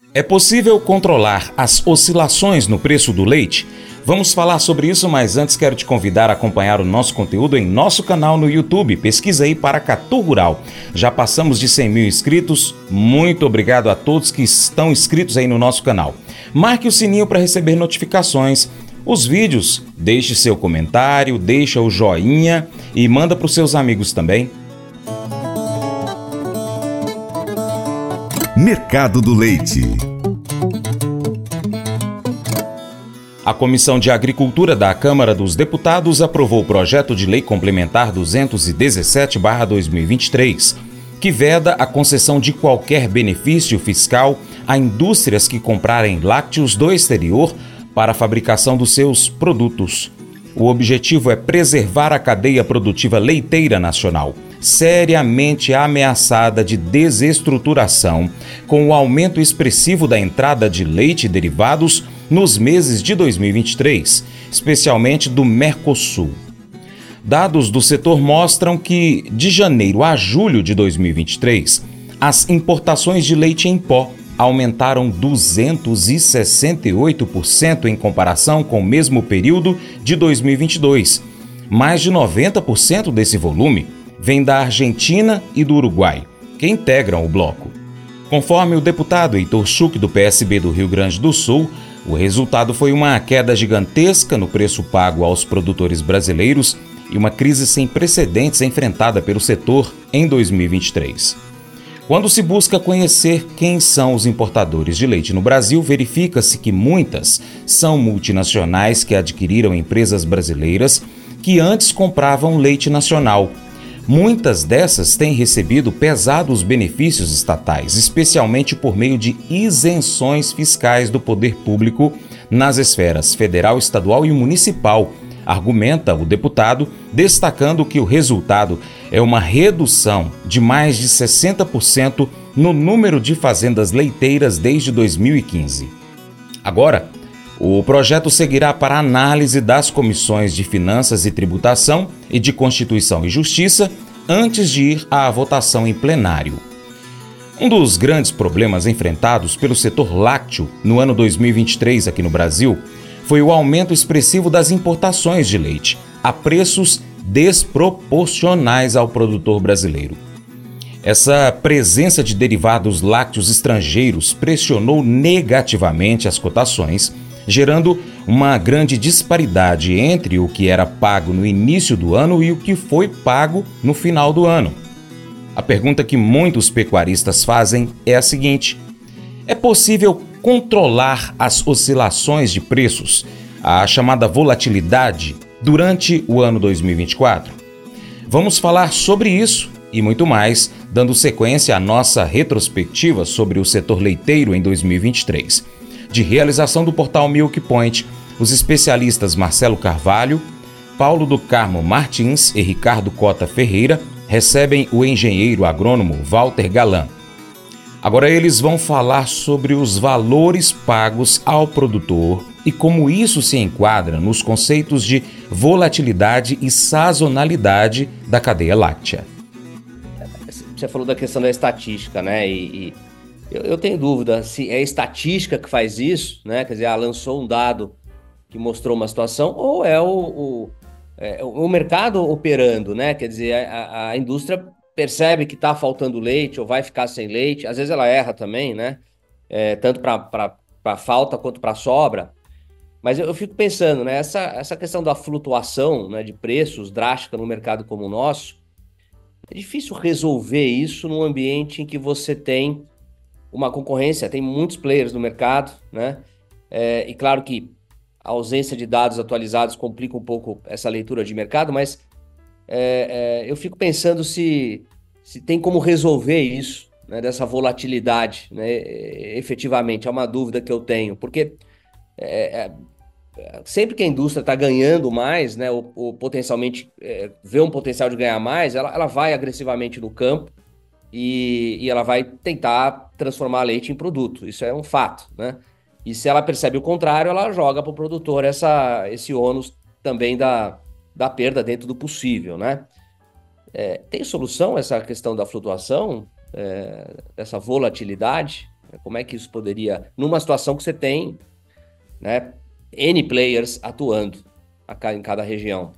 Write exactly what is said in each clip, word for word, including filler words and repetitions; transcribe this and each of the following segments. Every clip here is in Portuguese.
É possível controlar as oscilações no preço do leite? Vamos falar sobre isso, mas antes quero te convidar a acompanhar o nosso conteúdo em nosso canal no YouTube. Pesquisa aí Paracatu Rural. Já passamos de cem mil inscritos. Muito obrigado a todos que estão inscritos aí no nosso canal. Marque o sininho para receber notificações. Os vídeos, deixe seu comentário, deixa o joinha e manda para os seus amigos também. Mercado do Leite. A Comissão de Agricultura da Câmara dos Deputados aprovou o projeto de lei complementar duzentos e dezessete barra dois mil e vinte e três, que veda a concessão de qualquer benefício fiscal a indústrias que comprarem lácteos do exterior para a fabricação dos seus produtos. O objetivo é preservar a cadeia produtiva leiteira nacional, seriamente ameaçada de desestruturação, com o aumento expressivo da entrada de leite e derivados nos meses de dois mil e vinte e três, especialmente do Mercosul. Dados do setor mostram que, de janeiro a julho de dois mil e vinte e três, as importações de leite em pó aumentaram duzentos e sessenta e oito por cento em comparação com o mesmo período de dois mil e vinte e dois. Mais de noventa por cento desse volume vem da Argentina e do Uruguai, que integram o bloco. Conforme o deputado Heitor Schuch, do P S B do Rio Grande do Sul, o resultado foi uma queda gigantesca no preço pago aos produtores brasileiros e uma crise sem precedentes enfrentada pelo setor em dois mil e vinte e três. Quando se busca conhecer quem são os importadores de leite no Brasil, verifica-se que muitas são multinacionais que adquiriram empresas brasileiras que antes compravam leite nacional. Muitas dessas têm recebido pesados benefícios estatais, especialmente por meio de isenções fiscais do poder público nas esferas federal, estadual e municipal, argumenta o deputado, destacando que o resultado é uma redução de mais de sessenta por cento no número de fazendas leiteiras desde dois mil e quinze. Agora, o projeto seguirá para análise das comissões de Finanças e Tributação e de Constituição e Justiça antes de ir à votação em plenário. Um dos grandes problemas enfrentados pelo setor lácteo no ano dois mil e vinte e três aqui no Brasil foi o aumento expressivo das importações de leite, a preços desproporcionais ao produtor brasileiro. Essa presença de derivados lácteos estrangeiros pressionou negativamente as cotações, gerando uma grande disparidade entre o que era pago no início do ano e o que foi pago no final do ano. A pergunta que muitos pecuaristas fazem é a seguinte: é possível controlar as oscilações de preços, a chamada volatilidade, durante o ano dois mil e vinte e quatro? Vamos falar sobre isso e muito mais, dando sequência à nossa retrospectiva sobre o setor leiteiro em dois mil e vinte e três. De realização do portal Milk Point, os especialistas Marcelo Carvalho, Paulo do Carmo Martins e Ricardo Cota Ferreira recebem o engenheiro agrônomo Walter Galan. Agora eles vão falar sobre os valores pagos ao produtor e como isso se enquadra nos conceitos de volatilidade e sazonalidade da cadeia láctea. Você falou da questão da estatística, né? E, e eu, eu tenho dúvida se é a estatística que faz isso, né? Quer dizer, ela lançou um dado que mostrou uma situação ou é o, o, é, o mercado operando, né? Quer dizer, a, a indústria percebe que está faltando leite ou vai ficar sem leite, às vezes ela erra também, né? É, tanto para falta quanto para sobra. Mas eu, eu fico pensando, né? Essa, essa questão da flutuação, né, de preços drástica no mercado como o nosso, é difícil resolver isso num ambiente em que você tem uma concorrência, tem muitos players no mercado, né? É, e claro que a ausência de dados atualizados complica um pouco essa leitura de mercado, mas é, é, eu fico pensando se, se tem como resolver isso, né, dessa volatilidade, né, efetivamente. É uma dúvida que eu tenho, porque é, é, sempre que a indústria está ganhando mais, né, ou, ou potencialmente é, vê um potencial de ganhar mais, ela, ela vai agressivamente no campo e, e ela vai tentar transformar leite em produto. Isso é um fato, né? E se ela percebe o contrário, ela joga para o produtor essa, esse ônus também da, da perda dentro do possível, né? É, tem solução essa questão da flutuação, é, dessa volatilidade? Como é que isso poderia, numa situação que você tem, né, N players atuando em cada região?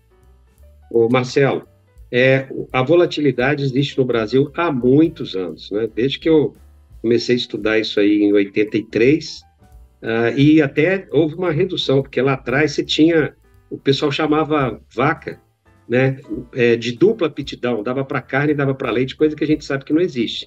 Ô Marcelo, é, a volatilidade existe no Brasil há muitos anos, né? Desde que eu comecei a estudar isso aí em oitenta e três, uh, e até houve uma redução, porque lá atrás você tinha, o pessoal chamava vaca, né, é, de dupla aptidão, dava para carne e dava para leite, coisa que a gente sabe que não existe.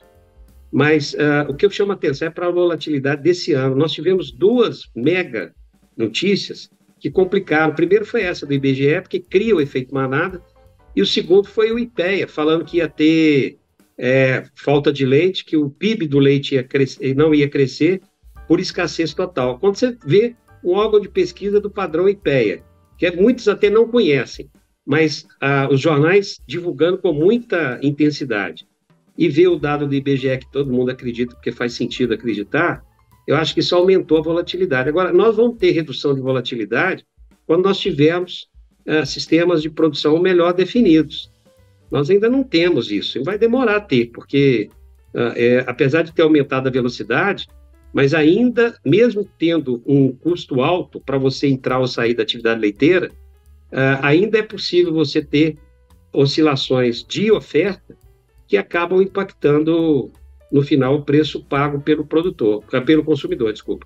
Mas uh, o que eu chamo a atenção é para a volatilidade desse ano. Nós tivemos duas mega notícias que complicaram. O primeiro foi essa do I B G E, porque cria o efeito manada, e o segundo foi o IPEA, falando que ia ter é, falta de leite, que o P I B do leite ia crescer, não ia crescer por escassez total. Quando você vê um órgão de pesquisa do padrão IPEA, que muitos até não conhecem, mas ah, os jornais divulgando com muita intensidade, e ver o dado do I B G E que todo mundo acredita, porque faz sentido acreditar, eu acho que isso aumentou a volatilidade. Agora, nós vamos ter redução de volatilidade quando nós tivermos uh, sistemas de produção melhor definidos. Nós ainda não temos isso, e vai demorar a ter, porque uh, é, apesar de ter aumentado a velocidade, mas ainda, mesmo tendo um custo alto para você entrar ou sair da atividade leiteira, uh, ainda é possível você ter oscilações de oferta que acabam impactando, no final, o preço pago pelo produtor, pelo consumidor, desculpa.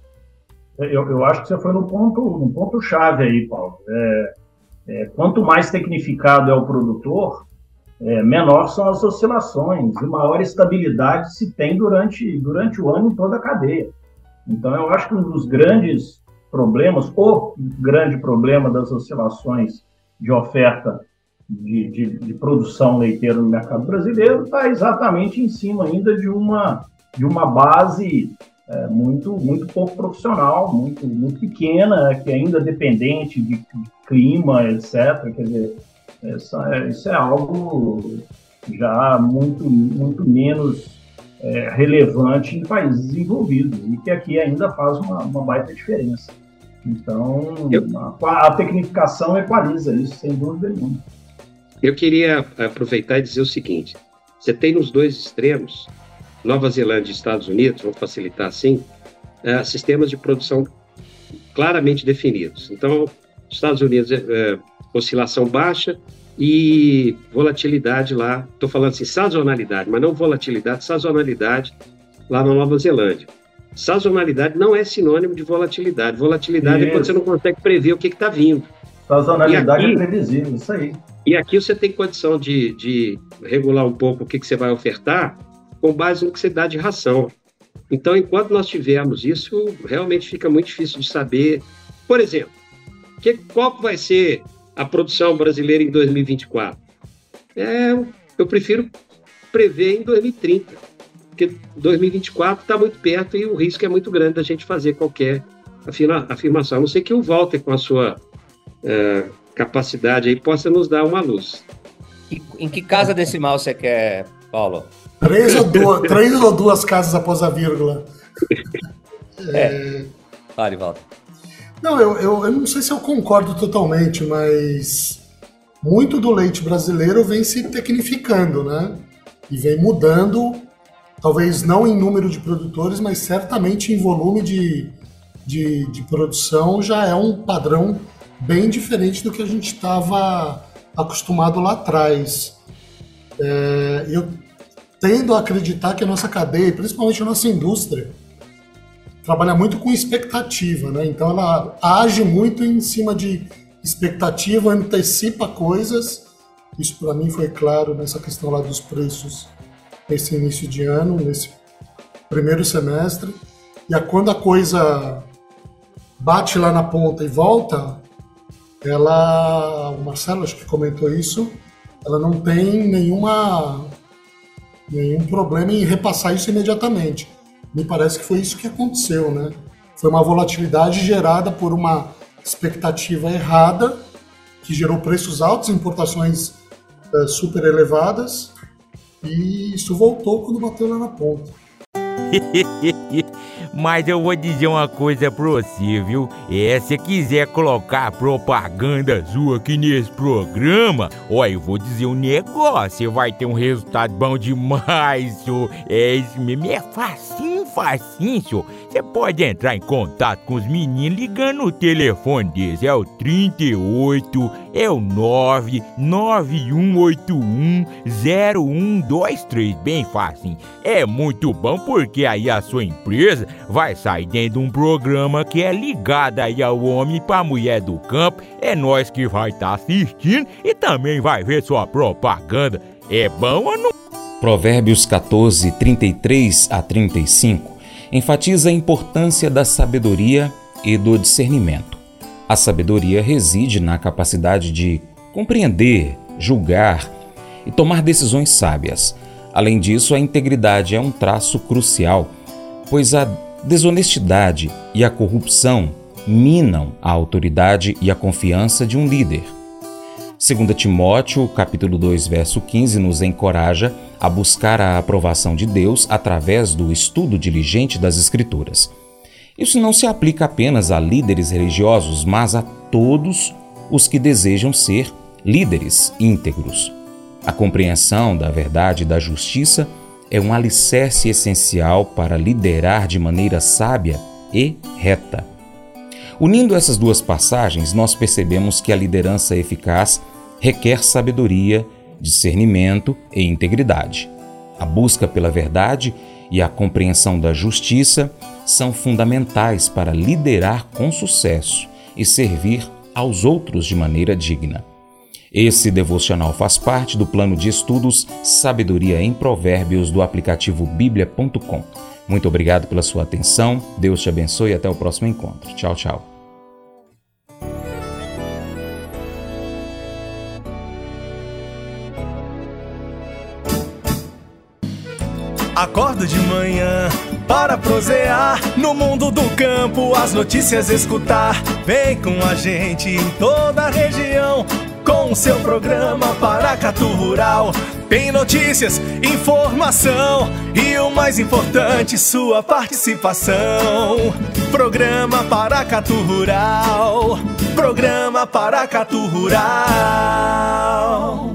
Eu, eu acho que você foi no ponto, no ponto chave aí, Paulo. É, é, quanto mais tecnificado é o produtor, é, menor são as oscilações e maior estabilidade se tem durante, durante o ano em toda a cadeia. Então, eu acho que um dos grandes problemas, o grande problema das oscilações de oferta De, de, de produção leiteira no mercado brasileiro está exatamente em cima ainda de uma, de uma base é, muito, muito pouco profissional, muito, muito pequena, que ainda é dependente de, de clima, etcétera. Quer dizer, essa, isso é algo já muito, muito menos é, relevante em países desenvolvidos e que aqui ainda faz uma, uma baita diferença. Então, Eu... a, a tecnificação equaliza isso, sem dúvida nenhuma. Eu queria aproveitar e dizer o seguinte, você tem nos dois extremos, Nova Zelândia e Estados Unidos, vou facilitar assim, uh, sistemas de produção claramente definidos. Então, Estados Unidos, uh, oscilação baixa e volatilidade lá, estou falando assim, sazonalidade, mas não volatilidade, sazonalidade lá na Nova Zelândia. Sazonalidade não é sinônimo de volatilidade. Volatilidade isso. É quando você não consegue prever o que está vindo. Sazonalidade aqui, é previsível, isso aí. E aqui você tem condição de, de regular um pouco o que, que você vai ofertar com base no que você dá de ração. Então, enquanto nós tivermos isso, realmente fica muito difícil de saber. Por exemplo, que, qual vai ser a produção brasileira em dois mil e vinte e quatro? É, eu prefiro prever em dois mil e trinta, porque dois mil e vinte e quatro está muito perto e o risco é muito grande da gente fazer qualquer afirma, afirmação. A não ser que o Walter, com a sua uh, capacidade aí, possa nos dar uma luz. E, em que casa decimal você quer, Paulo? Três ou duas, três ou duas casas após a vírgula. É. Fale, Walter. Não, eu, eu, eu não sei se eu concordo totalmente, mas muito do leite brasileiro vem se tecnificando, né? E vem mudando, talvez não em número de produtores, mas certamente em volume de, de, de produção já é um padrão bem diferente do que a gente estava acostumado lá atrás. É, eu tendo a acreditar que a nossa cadeia, principalmente a nossa indústria, trabalha muito com expectativa, né? Então ela age muito em cima de expectativa, antecipa coisas. Isso para mim foi claro nessa questão lá dos preços nesse início de ano, nesse primeiro semestre. E a, quando a coisa bate lá na ponta e volta, ela, o Marcelo acho que comentou isso, ela não tem nenhuma, nenhum problema em repassar isso imediatamente. Me parece que foi isso que aconteceu, né? Foi uma volatilidade gerada por uma expectativa errada, que gerou preços altos, importações uh, super elevadas, e isso voltou quando bateu lá na ponta. Mas eu vou dizer uma coisa pra você, viu? É, se quiser colocar propaganda sua aqui nesse programa, ó, eu vou dizer um negócio, você vai ter um resultado bom demais, senhor. É isso mesmo, é facinho, facinho, senhor. Você pode entrar em contato com os meninos ligando no telefone deles, é o trinta e oito, é o nove nove um oito um zero um dois três, bem facinho. É muito bom porque aí a sua empresa vai sair dentro de um programa que é ligado aí ao homem pra mulher do campo, é nós que vai estar tá assistindo e também vai ver sua propaganda. É bom ou não? Provérbios quatorze, trinta e três a trinta e cinco enfatiza a importância da sabedoria e do discernimento. A sabedoria reside na capacidade de compreender, julgar e tomar decisões sábias. Além disso, a integridade é um traço crucial, pois a desonestidade e a corrupção minam a autoridade e a confiança de um líder. Segundo Timóteo, capítulo dois, verso quinze, nos encoraja a buscar a aprovação de Deus através do estudo diligente das Escrituras. Isso não se aplica apenas a líderes religiosos, mas a todos os que desejam ser líderes íntegros. A compreensão da verdade e da justiça é um alicerce essencial para liderar de maneira sábia e reta. Unindo essas duas passagens, nós percebemos que a liderança eficaz requer sabedoria, discernimento e integridade. A busca pela verdade e a compreensão da justiça são fundamentais para liderar com sucesso e servir aos outros de maneira digna. Esse devocional faz parte do plano de estudos Sabedoria em Provérbios do aplicativo bíblia ponto com. Muito obrigado pela sua atenção, Deus te abençoe e até o próximo encontro. Tchau, tchau. Acordo de manhã para prosear no mundo do campo, as notícias escutar. Vem com a gente em toda a região com o seu programa Paracatu Rural. Tem notícias, informação e o mais importante, sua participação. Programa Paracatu Rural. Programa Paracatu Rural.